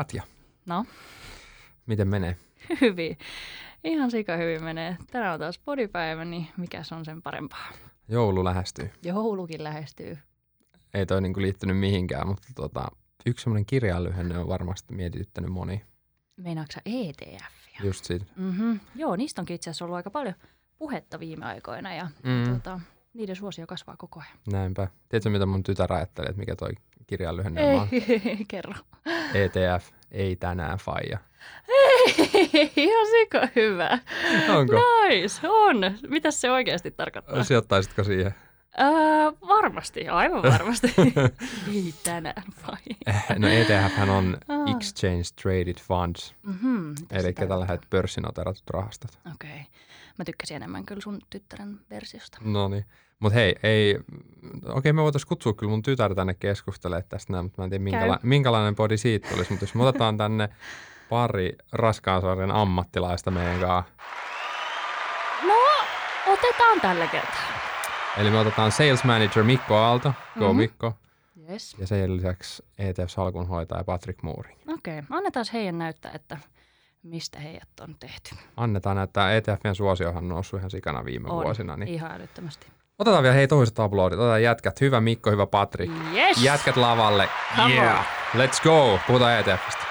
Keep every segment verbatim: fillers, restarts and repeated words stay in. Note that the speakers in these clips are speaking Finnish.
Katja. No? Miten menee? Hyvin. Ihan sika hyvin menee. Tänään on taas podipäivä, niin mikäs on sen parempaa? Joulu lähestyy. Joulukin lähestyy. Ei toi niinku liittynyt mihinkään, mutta tota, yksi semmoinen kirjanlyhenne on varmasti mietityttänyt moni. Meinaatko sä E T F? Just siitä. Mm-hmm. Joo, niistä onkin itse asiassa ollut aika paljon puhetta viime aikoina ja Mm. tuota, niiden suosio kasvaa koko ajan. Näinpä. Tiedätkö, mitä mun tytär ajattelee, että mikä toi kirjanlyhenne on? Ei, kerro. E T F, ei tänään faija. Ei, ihan sika hyvä. Onko? Nice, on. Mitäs se oikeasti tarkoittaa? Sijoittaisitko siihen? Öö, varmasti, aivan varmasti. Ei tänään vai? No E T F on Exchange Traded Funds, Mm-hmm. eli tällaiset pörssinoteratut rahastot. Okei. Okay. Mä tykkäsin enemmän kyllä sun tyttären versiosta. No niin. Mutta hei, ei, okei okay, me voitaisiin kutsua kyllä mun tytär tänne keskustelemaan tästä näin, mutta mä en tiedä minkäla- minkälainen podi siitä tulisi. Mutta jos me otetaan tänne pari raskaan sarjan ammattilaista meidän kanssa. No, otetaan tällä kertaa. Eli me otetaan Sales Manager Mikko Aalto, go Mhm. Mikko, Yes. ja sen lisäksi E T F-salkunhoitaja Patrick Moore. Okei, okay. Annetaan heidän näyttää, että mistä heidät on tehty. Annetaan näyttää, E T F:n suosiohan on noussut ihan sikana viime On, vuosina. Niin ihan älyttömästi. otetaan vielä hei toiset aplodit, otetaan jätkät, hyvä Mikko, hyvä Patrick. Yes! Jätkät lavalle, Come yeah, on. let's go, puhutaan E T F:stä.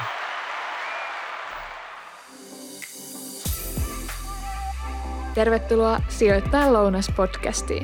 Tervetuloa Sijoittajan lounas-podcastiin.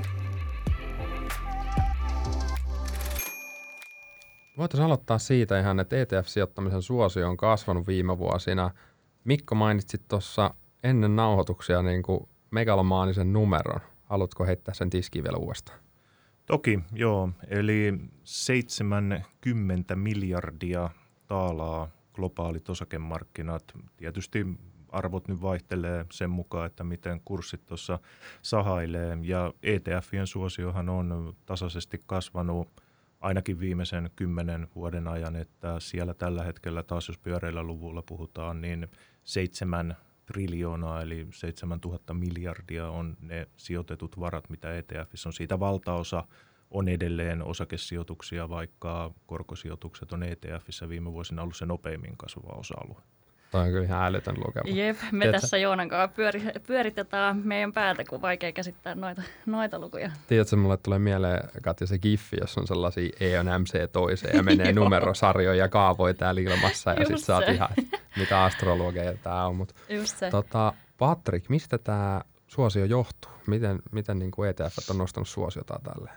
Voitaisiin aloittaa siitä ihan, että E T F-sijoittamisen suosio on kasvanut viime vuosina. Mikko mainitsit tuossa ennen nauhoituksia niin kuin megalomaanisen numeron. Haluatko heittää sen tiskiin vielä uudestaan? Toki, joo. Eli seitsemänkymmentä miljardia taalaa globaalit osakemarkkinat. Tietysti arvot nyt vaihtelee sen mukaan, että miten kurssit tuossa sahailee. Ja E T F:ien suosiohan on tasaisesti kasvanut ainakin viimeisen kymmenen vuoden ajan, että siellä tällä hetkellä taas, jos pyöreillä luvulla puhutaan, niin seitsemän triljoonaa eli seitsemäntuhatta miljardia on ne sijoitetut varat, mitä E T F:issä on. Siitä valtaosa on edelleen osakesijoituksia, vaikka korkosijoitukset on E T F:issä viime vuosina ollut se nopeimmin kasvava osa-alue. Toi on kyllä ihan älytön lukema. Jep, me Tiedätkö, tässä Joonan kanssa pyöri, pyöritetään meidän päätä, kun vaikea käsittää noita, noita lukuja. Tiedätkö, mulle tulee mieleen, Katja, se giffi, jos on sellaisia E on M C toiseen ja menee numerosarjoja ja kaavoja täällä ilmassa ja sit sä oot se. ihan, mitä astrologeja tää on. Mut, Just se. tota, Patrick, mistä tää suosio johtuu? Miten, miten niin kuin E T F on nostanut suosiota tälleen?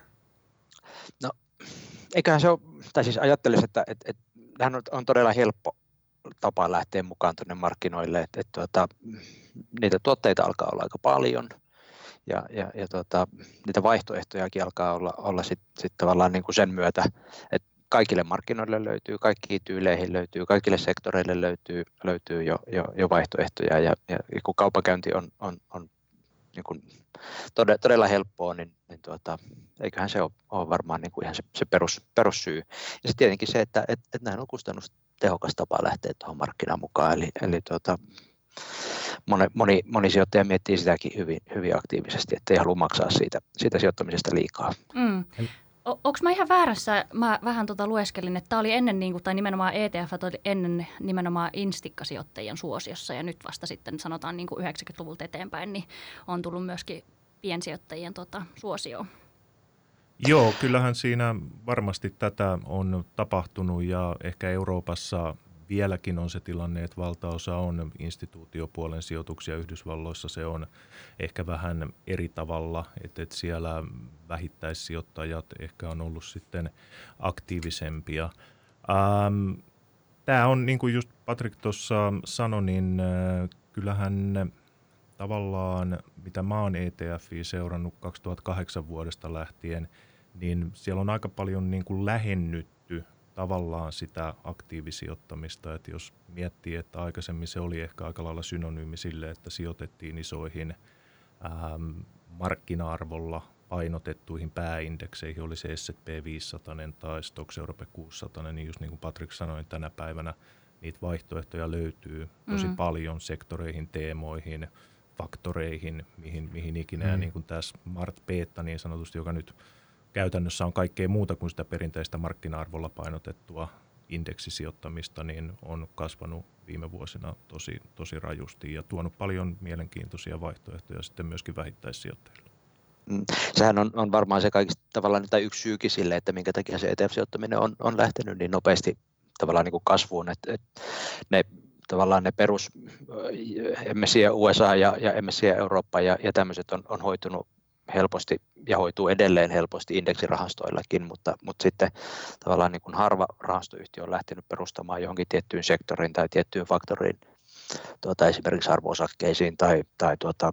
No, eiköhän se ole, tai siis ajattelisin, että, että, että tämähän on, on todella helppo tapa lähteä mukaan tuonne markkinoille, että, että tuota, niitä tuotteita alkaa olla aika paljon ja, ja, ja tuota, niitä vaihtoehtojakin alkaa olla, olla sitten sit tavallaan niin kuin sen myötä, että kaikille markkinoille löytyy, kaikkiin tyyleihin löytyy, kaikille sektoreille löytyy, löytyy jo, jo, jo vaihtoehtoja ja, ja kun kaupankäynti on, on, on niin kuin todella, todella helppoa, niin, niin tuota, eiköhän se ole, ole varmaan niin kuin ihan se, se perus, perussyy. Ja sitten tietenkin se, että et, et näin on kustannustehokas tapa lähteä tuohon markkinaan mukaan, eli, eli tuota, moni, moni, moni sijoittaja miettii sitäkin hyvin, hyvin aktiivisesti, ettei halua maksaa siitä, siitä sijoittamisesta liikaa. Mm. O- Onko mä ihan väärässä? Mä vähän tota lueskelin, että tämä oli ennen, niin kuin, tai nimenomaan E T F oli ennen nimenomaan instikkasijoittajien suosiossa, ja nyt vasta sitten sanotaan niin kuin yhdeksänkymmentäluvulta eteenpäin, niin on tullut myöskin piensijoittajien tota, suosioon. Joo, kyllähän siinä varmasti tätä on tapahtunut ja ehkä Euroopassa vieläkin on se tilanne, että valtaosa on instituutiopuolen sijoituksia. Yhdysvalloissa se on ehkä vähän eri tavalla, että siellä vähittäissijoittajat ehkä on ollut sitten aktiivisempia. Ähm, tämä on, niin kuin just Patrick tuossa sanoi, niin äh, kyllähän tavallaan, mitä mä oon E T F:ää seurannut kaksituhattakahdeksan vuodesta lähtien, niin siellä on aika paljon niin kuin lähennytty tavallaan sitä aktiivisijoittamista, että jos miettii, että aikaisemmin se oli ehkä aika lailla synonyymi sille, että sijoitettiin isoihin ähm, markkina-arvolla painotettuihin pääindekseihin, oli se S and P viisisataa tai Stoxx Europe kuusisataa, niin just niin kuin Patrick sanoi, tänä päivänä niitä vaihtoehtoja löytyy tosi mm. paljon sektoreihin, teemoihin, faktoreihin, mihin, mihin ikinä, mm. ja niin kuin tämä Smart Beta niin sanotusti, joka nyt käytännössä on kaikkea muuta kuin sitä perinteistä markkina-arvolla painotettua indeksisijoittamista, niin on kasvanut viime vuosina tosi, tosi rajusti ja tuonut paljon mielenkiintoisia vaihtoehtoja sitten myöskin vähittäissijoittajille. Sehän on, on varmaan se kaikista tavallaan tai yksi syykin sille, että minkä takia se E T F-sijoittaminen on, on lähtenyt niin nopeasti tavallaan niin kuin kasvuun, että, että ne tavallaan ne perus M S C I U S A ja, ja M S C I Eurooppa ja, ja tämmöiset on, on hoitunut helposti ja hoituu edelleen helposti indeksirahastoillakin, mutta, mutta sitten tavallaan niin kuin harva rahastoyhtiö on lähtenyt perustamaan johonkin tiettyyn sektoriin tai tiettyyn faktoriin, tuota, esimerkiksi arvo-osakkeisiin tai, tai tuota,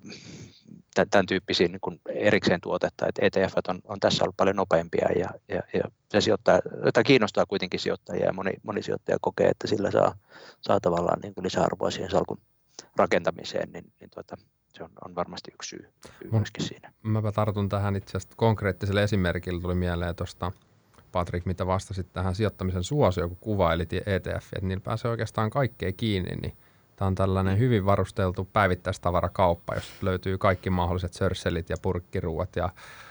tämän tyyppisiin niin kuin erikseen tuotetta, että E T F on, on tässä ollut paljon nopeampia ja, ja, ja se sijoittaa, jota kiinnostaa kuitenkin sijoittajia ja moni, moni sijoittaja kokee, että sillä saa, saa tavallaan niin kuin lisäarvoa siihen salkun rakentamiseen, niin, niin tuota, se on, on varmasti yksi syy, syy myöskin siinä. Mäpä tartun tähän itse asiassa konkreettiselle esimerkillä, tuli mieleen tuosta Patrik, mitä vastasit tähän sijoittamisen suosioon, kun kuvailit E T F, että niillä pääsee oikeastaan kaikkeen kiinni, niin tämä on tällainen hyvin varusteltu päivittäistavarakauppa, jossa löytyy kaikki mahdolliset sörsselit ja purkkiruuat ja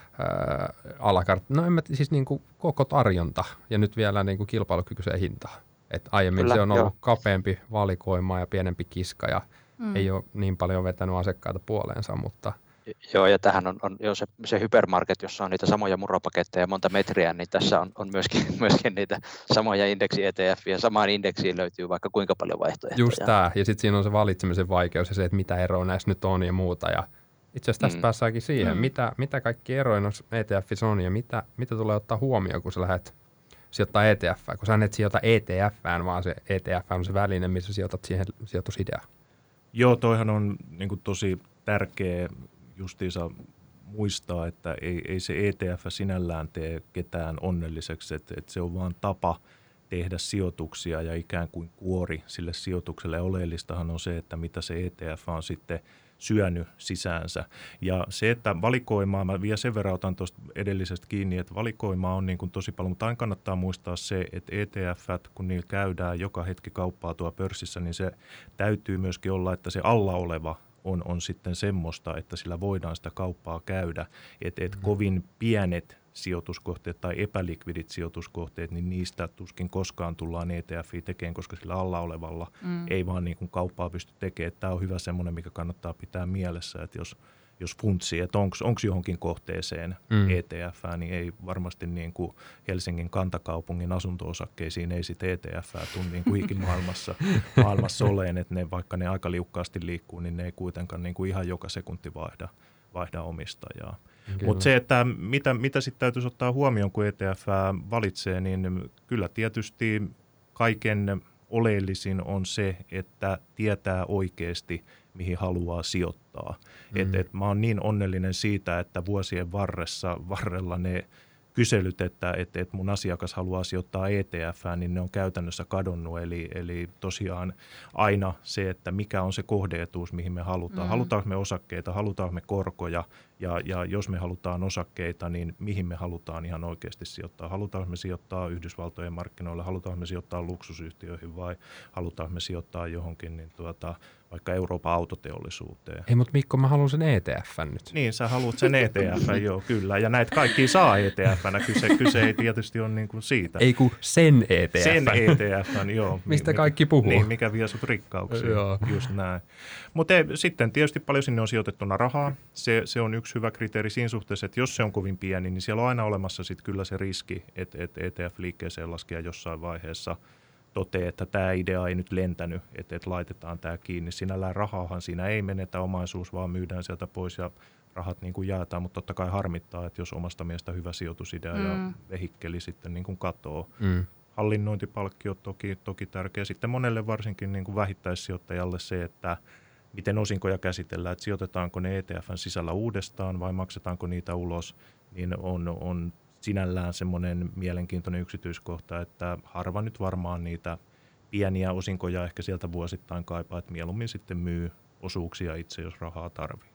ää, alakart. No en mä, siis niin kuin koko tarjonta ja nyt vielä niin kuin kilpailukykyiseen hintaan. Et aiemmin Kyllä, se on ollut jo. kapeampi valikoima ja pienempi kiska ja mm. ei ole niin paljon vetänyt asiakkaita puoleensa, mutta Joo, ja tähän on, on jo se, se hypermarket, jossa on niitä samoja murropaketteja ja monta metriä, niin tässä on, on myöskin, myöskin niitä samoja indeksi-E T F, ja samaan indeksiin löytyy vaikka kuinka paljon vaihtoehtoja. Just tämä, ja sitten siinä on se valitsemisen vaikeus ja se, että mitä eroa näissä nyt on ja muuta, ja itse asiassa tästä mm. päässäänkin siihen, mm. mitä, mitä kaikki eroja noissa E T F:issä on, ja mitä, mitä tulee ottaa huomioon, kun sä lähdet sijoittaa E T F, kun sä et sijoita E T F:ään, vaan se E T F on se väline, missä sijoitat siihen sijoitusideaan. Joo, toihan on niin kuin tosi tärkeä justiinsa muistaa, että ei, ei se E T F sinällään tee ketään onnelliseksi, että, että se on vaan tapa tehdä sijoituksia ja ikään kuin kuori sille sijoitukselle. Oleellistahan on se, että mitä se E T F on sitten syönyt sisäänsä. Ja se, että valikoimaa, mä vielä sen verran otan tuosta edellisestä kiinni, että valikoimaa on niin kuin tosi paljon, mutta aina kannattaa muistaa se, että E T F, kun niillä käydään joka hetki kauppaa tuo pörssissä, niin se täytyy myöskin olla, että se alla oleva On, on sitten semmoista, että sillä voidaan sitä kauppaa käydä, että et kovin pienet sijoituskohteet tai epälikvidit sijoituskohteet, niin niistä tuskin koskaan tullaan E T F:iä tekemään, koska sillä alla olevalla mm. ei vaan niin kuin kauppaa pysty tekemään. Tämä on hyvä semmoinen, mikä kannattaa pitää mielessä, että jos, jos funtsii, että onko johonkin kohteeseen mm. E T F, niin ei varmasti niin kuin Helsingin kantakaupungin asunto-osakkeisiin ei sitten E T F tule niin kuin ikimaailmassa maailmassa oleen, että ne, vaikka ne aika liukkaasti liikkuu, niin ne ei kuitenkaan niin kuin ihan joka sekunti vaihda, vaihda omistajaa. Mutta se, että mitä, mitä sitten täytyisi ottaa huomioon, kun E T F valitsee, niin kyllä tietysti kaiken oleellisin on se, että tietää oikeasti, mihin haluaa sijoittaa. Mm. Et, et mä oon niin onnellinen siitä, että vuosien varressa, varrella ne kyselyt, että et, et mun asiakas haluaa sijoittaa E T F:ään, niin ne on käytännössä kadonnut. Eli, eli tosiaan aina se, että mikä on se kohdeetuus, mihin me halutaan. Mm. Halutaanko me osakkeita, halutaanko me korkoja, ja, ja jos me halutaan osakkeita, niin mihin me halutaan ihan oikeasti sijoittaa. Halutaanko me sijoittaa Yhdysvaltojen markkinoille, halutaanko me sijoittaa luksusyhtiöihin vai halutaanko me sijoittaa johonkin niin tuota, vaikka Euroopan autoteollisuuteen. Ei, mutta Mikko, mä haluan sen E T F:n nyt. Niin, sä haluat sen E T F:n, joo, kyllä. Ja näitä kaikki saa E T F:nä. Kyse, kyse ei tietysti ole niin kuin siitä. Ei kun sen E T F:n. Sen E T F:n, joo. Mistä mi, kaikki puhuu. Niin, mikä vie sut rikkauksiin. Joo. Just näin. Mutta sitten tietysti paljon sinne on sijoitettuna rahaa. Se, se on yksi hyvä kriteeri siinä suhteessa, että jos se on kovin pieni, niin siellä on aina olemassa sit kyllä se riski, että, että E T F-liikkeeseen laskee jossain vaiheessa toteaa, että tämä idea ei nyt lentänyt, että, että laitetaan tämä kiinni. Sinällään rahaahan siinä ei menetä, omaisuus vaan myydään sieltä pois ja rahat niin kuin jaetaan, mutta totta kai harmittaa, että jos omasta mielestä hyvä sijoitusidea mm. ja vehikkeli sitten niin kuin katoo. Mm. Hallinnointipalkkio on toki, toki tärkeä. Sitten monelle varsinkin niin kuin vähittäissijoittajalle se, että miten osinkoja käsitellään, että sijoitetaanko ne E T F:n sisällä uudestaan vai maksetaanko niitä ulos, niin on, on sinällään semmoinen mielenkiintoinen yksityiskohta, että harva nyt varmaan niitä pieniä osinkoja ehkä sieltä vuosittain kaipaa, että mieluummin sitten myy osuuksia itse, jos rahaa tarvii.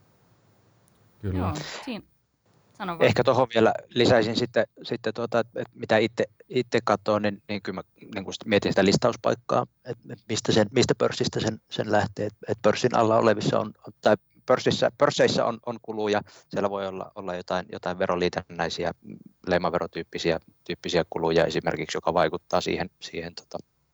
Kyllä. Joo, siinä. Sano vaan. Ehkä tuohon vielä lisäisin sitten, sitten tuota, että mitä itse, itse katsoo, niin, niin kyllä mä niin kun mietin sitä listauspaikkaa, että mistä, sen, mistä pörssistä sen, sen lähtee, että pörssin alla olevissa on, tai pörssissä, pörsseissä on, on kuluja, siellä voi olla, olla jotain, jotain veroliitännäisiä, leimaverotyyppisiä tyyppisiä kuluja esimerkiksi, joka vaikuttaa siihen, siihen tota,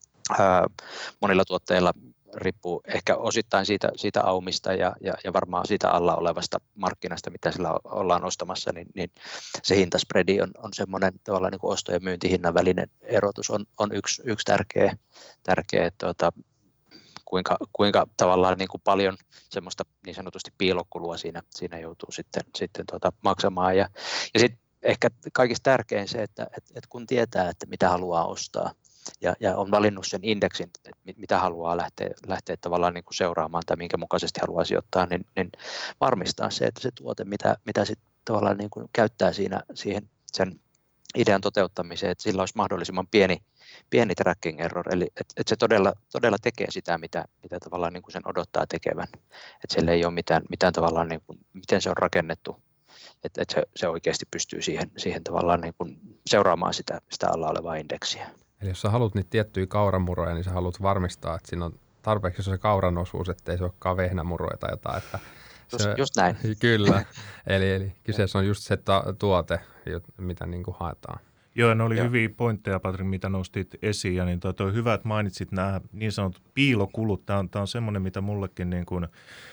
ää, monilla tuotteilla riippuu ehkä osittain siitä, siitä aumista ja, ja, ja varmaan siitä alla olevasta markkinasta, mitä sillä ollaan ostamassa, niin, niin se hintaspreadi on, on semmoinen tavallaan niin kuin osto- ja myyntihinnan välinen erotus on, on yksi, yksi tärkeä, tärkeä tuota, kuinka, kuinka tavallaan niin kuin paljon semmoista niin sanotusti piilokulua siinä, siinä joutuu sitten, sitten tuota maksamaan. Ja, ja sitten ehkä kaikista tärkein se, että et, et kun tietää, että mitä haluaa ostaa, Ja, ja on valinnut sen indeksin, että mitä haluaa lähteä, lähteä tavallaan niin kuin seuraamaan tai minkä mukaisesti haluaa sijoittaa, niin, niin varmistaa se, että se tuote, mitä, mitä sitten tavallaan niin kuin käyttää siinä, siihen sen idean toteuttamiseen, että sillä olisi mahdollisimman pieni, pieni tracking error, eli että, että se todella, todella tekee sitä, mitä, mitä tavallaan niin kuin sen odottaa tekevän. Että siellä ei ole mitään, mitään tavallaan, niin kuin, miten se on rakennettu, että, että se, se oikeasti pystyy siihen, siihen tavallaan niin kuin seuraamaan sitä, sitä alla olevaa indeksiä. Eli jos sä haluat niitä tiettyjä kauramuroja, niin sä haluat varmistaa, että siinä on tarpeeksi se kauran osuus, ettei se olekaan vehnämuroja tai jotain. Että just, se, just näin. Kyllä. eli, eli kyseessä on just se ta- tuote, mitä niin kuin haetaan. Joo, ne oli Joo. hyviä pointteja, Patrik, mitä nostit esiin. Ja niin toi, toi hyvä, että mainitsit nämä niin sanotut piilokulut. Tämä on, tämä on semmoinen, mitä mullekin niin kuin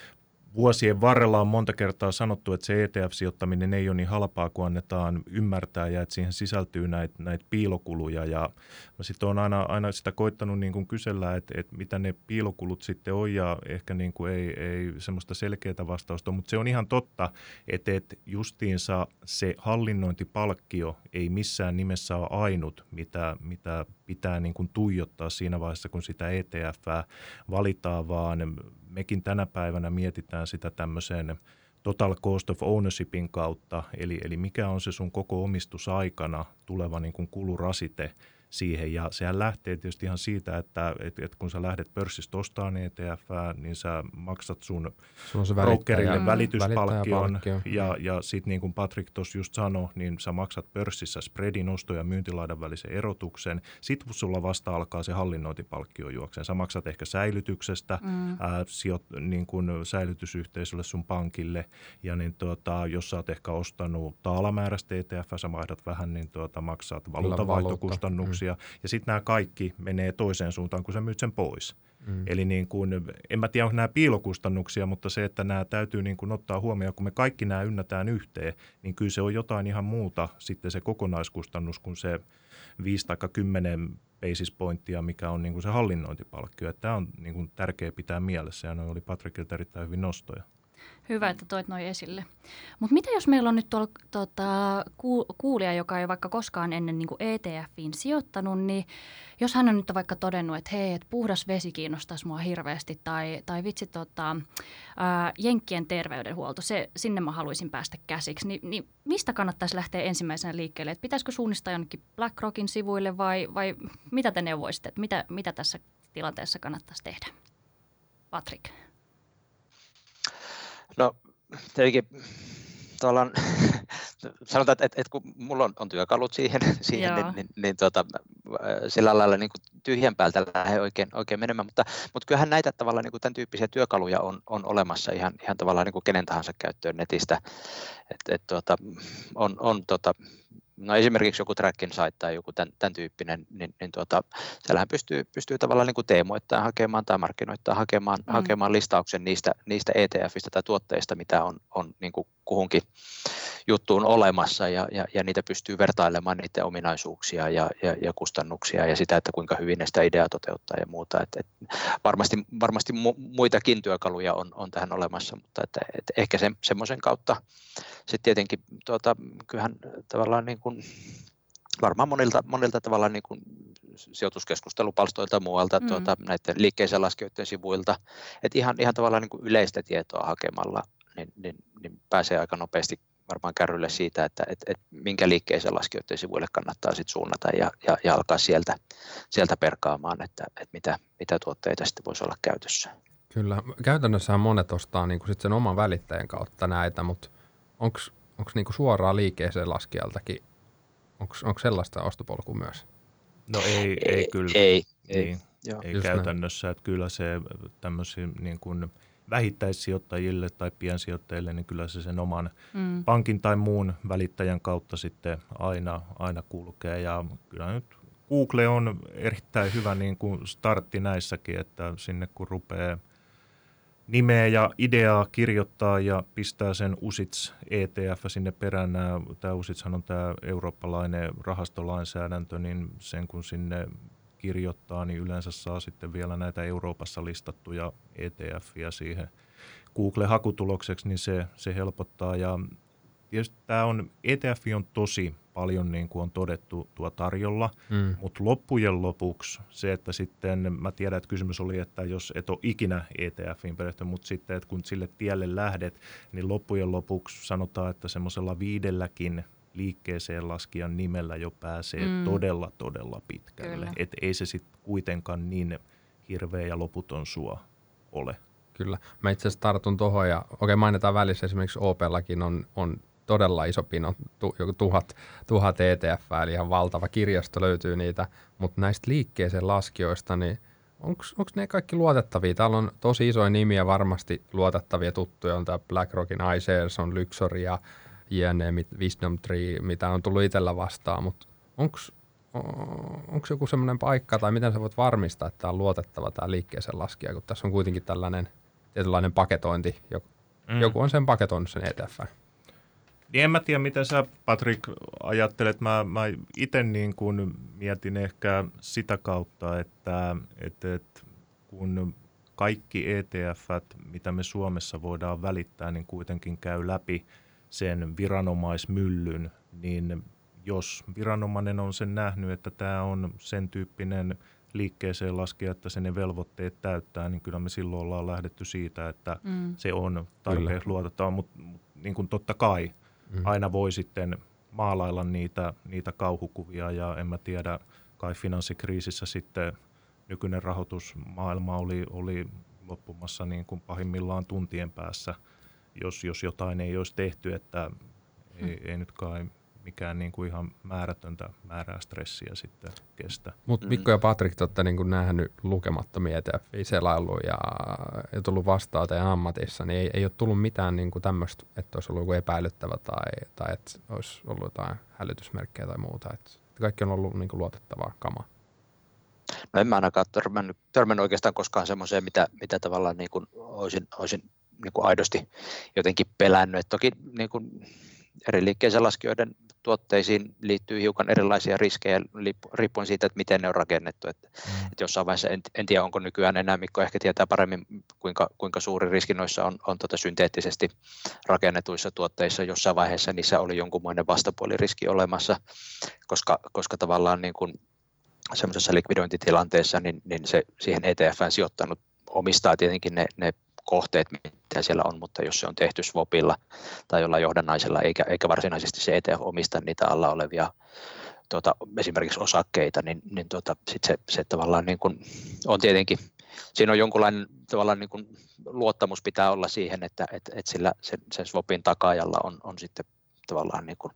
vuosien varrella on monta kertaa sanottu, että se E T F-sijoittaminen ei ole niin halpaa kuin annetaan ymmärtää ja että siihen sisältyy näitä, näitä piilokuluja. Ja mä sitten olen aina, aina sitä koittanut niin kuin kysellä, että, että mitä ne piilokulut sitten on ja ehkä niin kuin ei, ei semmoista selkeää vastausta, mutta se on ihan totta, että, että justiinsa se hallinnointipalkkio ei missään nimessä ole ainut, mitä, mitä pitää niin kuin tuijottaa siinä vaiheessa, kun sitä E T F:ää valitaan, vaan mekin tänä päivänä mietitään sitä tämmöisen total cost of ownershipin kautta, eli, eli mikä on se sun koko omistusaikana tuleva niin kuin kulurasite siihen. Ja sehän lähtee tietysti ihan siitä, että et, et kun sä lähdet pörssistä ostamaan E T F:ää, niin sä maksat sun brokerille mm. välityspalkkion. Ja, ja sitten niin kuin Patrik tuossa just sanoi, niin sä maksat pörssissä spreadin osto- ja myyntilaidan välisen erotuksen. Sitten sulla vasta alkaa se hallinnointipalkkio juokseen. Sä maksat ehkä säilytyksestä mm. ää, sijoit, niin kuin säilytysyhteisölle sun pankille. Ja niin tuota, jos sä oot ehkä ostanut taalamääräistä E T F, sä vaihdat vähän, niin tuota, maksat valuutavaihtokustannuksia. Mm. Ja sitten nämä kaikki menee toiseen suuntaan, kun sä myyt sen pois. Mm. Eli niin kuin, en mä tiedä, onko nämä piilokustannuksia, mutta se, että nämä täytyy niin kuin ottaa huomioon, kun me kaikki nämä ynnätään yhteen, niin kyllä se on jotain ihan muuta sitten se kokonaiskustannus kuin se viisi tai kymmenen basis pointtia, mikä on niin kuin se hallinnointipalkkio. Että tämä on niin kuin tärkeää pitää mielessä ja noi oli Patrikilta erittäin hyvin nostoja. Hyvä, että toit noi esille. Mutta mitä jos meillä on nyt tuolla tota, kuulija, joka ei vaikka koskaan ennen niin kuin E T F:iin sijoittanut, niin jos hän on nyt vaikka todennut, että hei, että puhdas vesi kiinnostaisi mua hirveästi tai, tai vitsi tota, ää, Jenkkien terveydenhuolto, se, sinne mä haluaisin päästä käsiksi, niin, niin mistä kannattaisi lähteä ensimmäisenä liikkeelle? Et pitäisikö suunnistaa jonnekin BlackRockin sivuille vai, vai mitä te neuvoisitte, että mitä, mitä tässä tilanteessa kannattaisi tehdä? Patrik. No tietenkin tavallaan sanotaan, että, että, että kun mulla on, on työkalut siihen, siihen niin, niin, niin tuota, sillä lailla niin kuin tyhjän päältä lähde oikein, oikein menemään, mutta, mutta kyllähän näitä tavallaan niin kuin tämän tyyppisiä työkaluja on, on olemassa ihan, ihan tavallaan niin kuin kenen tahansa käyttöön netistä. Et, et, tuota, on, on, tuota, no esimerkiksi joku Tracking Site tai joku tämän, tämän tyyppinen, niin, niin tuota, siellähän pystyy, pystyy tavallaan niin kuin teemoittain hakemaan tai markkinoittain hakemaan, mm. hakemaan listauksen niistä, niistä E T F:istä tai tuotteista, mitä on, on niin kuin kuhunkin juttuun olemassa ja, ja, ja niitä pystyy vertailemaan niiden ominaisuuksia ja, ja, ja kustannuksia ja sitä, että kuinka hyvin ne sitä ideaa toteuttaa ja muuta. Et, et varmasti varmasti mu, muitakin työkaluja on, on tähän olemassa, mutta et, et ehkä se, semmoisen kautta sitten tietenkin tuota, kyllähän tavallaan niin kuin, varmaan monilta, monilta tavallaan niin kuin sijoituskeskustelupalstoilta ja muualta mm. tuota, näiden liikkeeseen laskijoiden sivuilta, että ihan, ihan tavallaan niin kuin yleistä tietoa hakemalla niin, niin, niin pääsee aika nopeasti varmaan kärrylle siitä, että et, et minkä liikkeeseen laskijoiden sivuille kannattaa sit suunnata ja, ja, ja alkaa sieltä, sieltä perkaamaan, että et mitä, mitä tuotteita sitten voisi olla käytössä. Kyllä. Käytännössähän monet ostaa niinku sit sen oman välittäjän kautta näitä, mutta onko niinku suoraan liikkeeseen laskijaltakin, onko sellaista ostopolkua myös? No ei, ei kyllä. Ei, ei, ei, ei käytännössä. Että kyllä se tämmöisiä niin kuin vähittäissijoittajille tai piensijoittajille, niin kyllä se sen oman Mm. pankin tai muun välittäjän kautta sitten aina, aina kulkee. Ja kyllä nyt Google on erittäin hyvä niin kuin startti näissäkin, että sinne kun rupeaa nimeä ja ideaa kirjoittaa ja pistää sen U S I T S-E T F sinne perään. Tämä U S I T S on tämä eurooppalainen rahastolainsäädäntö, niin sen kun sinne kirjoittaa, niin yleensä saa sitten vielä näitä Euroopassa listattuja E T F:iä siihen Google-hakutulokseksi, niin se, se helpottaa. Ja tietysti tämä on, E T F on tosi paljon, niin kuin on todettu, tuo tarjolla, Mm. mutta loppujen lopuksi se, että sitten, mä tiedän, että kysymys oli, että jos et ole ikinä E T F:in perehtynyt, mutta sitten, että kun sille tielle lähdet, niin loppujen lopuksi sanotaan, että semmoisella viidelläkin liikkeeseen laskijan nimellä jo pääsee Mm. todella, todella pitkälle. Kyllä. Että ei se sitten kuitenkaan niin hirveä ja loputon suo ole. Kyllä. Mä itse asiassa tartun tuohon ja okei, mainitaan välissä esimerkiksi O P:llakin on, on todella iso pino, tu, joku tuhat, tuhat E T F, eli ihan valtava kirjasto löytyy niitä, mutta näistä liikkeeseen laskijoista, niin onko ne kaikki luotettavia? Täällä on tosi isoja nimiä, varmasti luotettavia tuttuja, on tämä BlackRockin iShares, on Lyxor ja jne, Wisdom Tree, mitä on tullut itsellä vastaan, mutta onko joku semmoinen paikka, tai miten sä voit varmistaa, että tämä on luotettava tämä liikkeeseen laskija, kun tässä on kuitenkin tällainen tietynlainen paketointi, joku, mm. joku on sen paketoinut sen E T F. Niin en mä tiedä, miten sä, Patrik, ajattelet. Mä, mä itse niin kun mietin ehkä sitä kautta, että, että, että kun kaikki E T F:t, mitä me Suomessa voidaan välittää, niin kuitenkin käy läpi sen viranomaismyllyn, niin jos viranomainen on sen nähnyt, että tämä on sen tyyppinen liikkeeseen laskea, että se ne velvoitteet täyttää, niin kyllä me silloin ollaan lähdetty siitä, että Mm. se on tarpeeksi luotettava, mutta mut, niin kuin totta kai Mm. aina voi sitten maalailla niitä, niitä kauhukuvia, ja en mä tiedä, kai finanssikriisissä sitten nykyinen rahoitusmaailma oli, oli loppumassa niin kuin pahimmillaan tuntien päässä, jos, jos jotain ei olisi tehty, että Mm. ei, ei nyt kai mikään niin kuin ihan määrätöntä määrää stressiä sitten kestä. Mutta Mikko ja Patrik, te olette niin nähnyt lukemattomia E T F:iä, selaillut ja, ja tullut vastaan teidän ammatissa, niin ei, ei ole tullut mitään niin tämmöistä, että olisi ollut joku epäilyttävä tai, tai että olisi ollut jotain hälytysmerkkejä tai muuta. Että kaikki on ollut niin luotettavaa kamaa. No en mä ainakaan törmännyt, törmännyt oikeastaan koskaan semmoiseen, mitä, mitä tavallaan niin kuin olisin, olisin niin kuin aidosti jotenkin pelännyt. Et toki niin kuin eri liikkeeseen laskijoiden tuotteisiin liittyy hiukan erilaisia riskejä riippuen siitä, että miten ne on rakennettu. Että, mm. että jossain vaiheessa en, en tiedä, onko nykyään enää, Mikko ehkä tietää paremmin, kuinka, kuinka suuri riski noissa on, on tuota synteettisesti rakennetuissa tuotteissa. Jossain vaiheessa niissä oli jonkunmoinen vastapuoliriski olemassa, koska, koska tavallaan niin kuin semmoisessa likvidointitilanteessa niin, niin se siihen E T F:ään sijoittanut omistaa tietenkin ne, ne kohteet, mitä siellä on, mutta jos se on tehty swapilla tai jollain johdannaisella, eikä, eikä varsinaisesti se E T F omista niitä alla olevia tuota, esimerkiksi osakkeita, niin, niin tuota, sit se, se tavallaan niin kuin on tietenkin, siinä on jonkunlainen tavallaan niin kuin luottamus pitää olla siihen, että et, et sillä sen, sen swapin takaajalla on, on sitten tavallaan niin kuin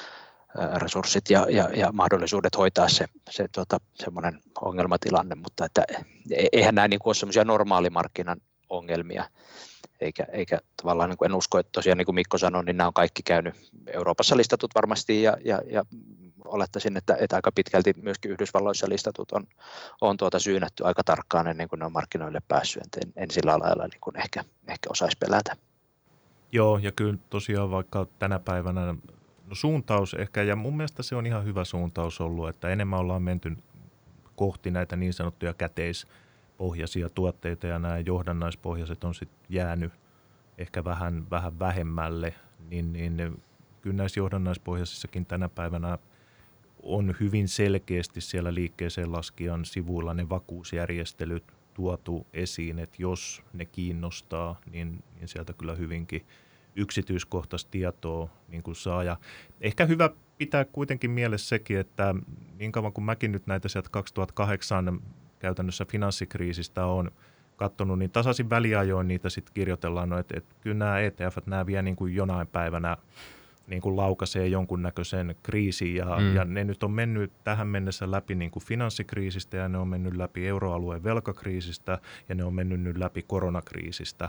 resurssit ja, ja, ja mahdollisuudet hoitaa se, se tuota, semmoinen ongelmatilanne, mutta että eihän nämä niin kuin ole semmoisia normaalimarkkinan ongelmia, eikä, eikä tavallaan niin kuin en usko, että tosiaan niin kuin Mikko sanoi, niin nämä on kaikki käynyt Euroopassa listatut varmasti ja, ja, ja olettaisin, että, että aika pitkälti myöskin Yhdysvalloissa listatut on, on tuota syynätty aika tarkkaan ennen kuin ne on markkinoille päässyt, en, en sillä lailla niin kuin ehkä, ehkä osaisi pelätä. Joo, ja kyllä tosiaan vaikka tänä päivänä no suuntaus ehkä, ja mun mielestä se on ihan hyvä suuntaus ollut, että enemmän ollaan menty kohti näitä niin sanottuja käteispohjaisia tuotteita, ja nämä johdannaispohjaiset on sitten jäänyt ehkä vähän, vähän vähemmälle, niin, niin kyllä näissä johdannaispohjaisissakin tänä päivänä on hyvin selkeästi siellä liikkeeseen laskijan sivuilla ne vakuusjärjestelyt tuotu esiin, että jos ne kiinnostaa, niin, niin sieltä kyllä hyvinkin yksityiskohtaista tietoa niin kuin saa. Ja ehkä hyvä pitää kuitenkin mielessä sekin, että niin kauan kuin mäkin nyt näitä sieltä kaksituhattakahdeksan käytännössä finanssikriisistä on katsonut, niin tasaisin väliajoin niitä sitten kirjoitellaan, no, että, että kyllä nämä E T F:t nämä vie niin kuin jonain päivänä niin kuin laukaisee jonkunnäköisen kriisin, ja, mm. ja ne nyt on mennyt tähän mennessä läpi niin kuin finanssikriisistä, ja ne on mennyt läpi euroalueen velkakriisistä, ja ne on mennyt nyt läpi koronakriisistä,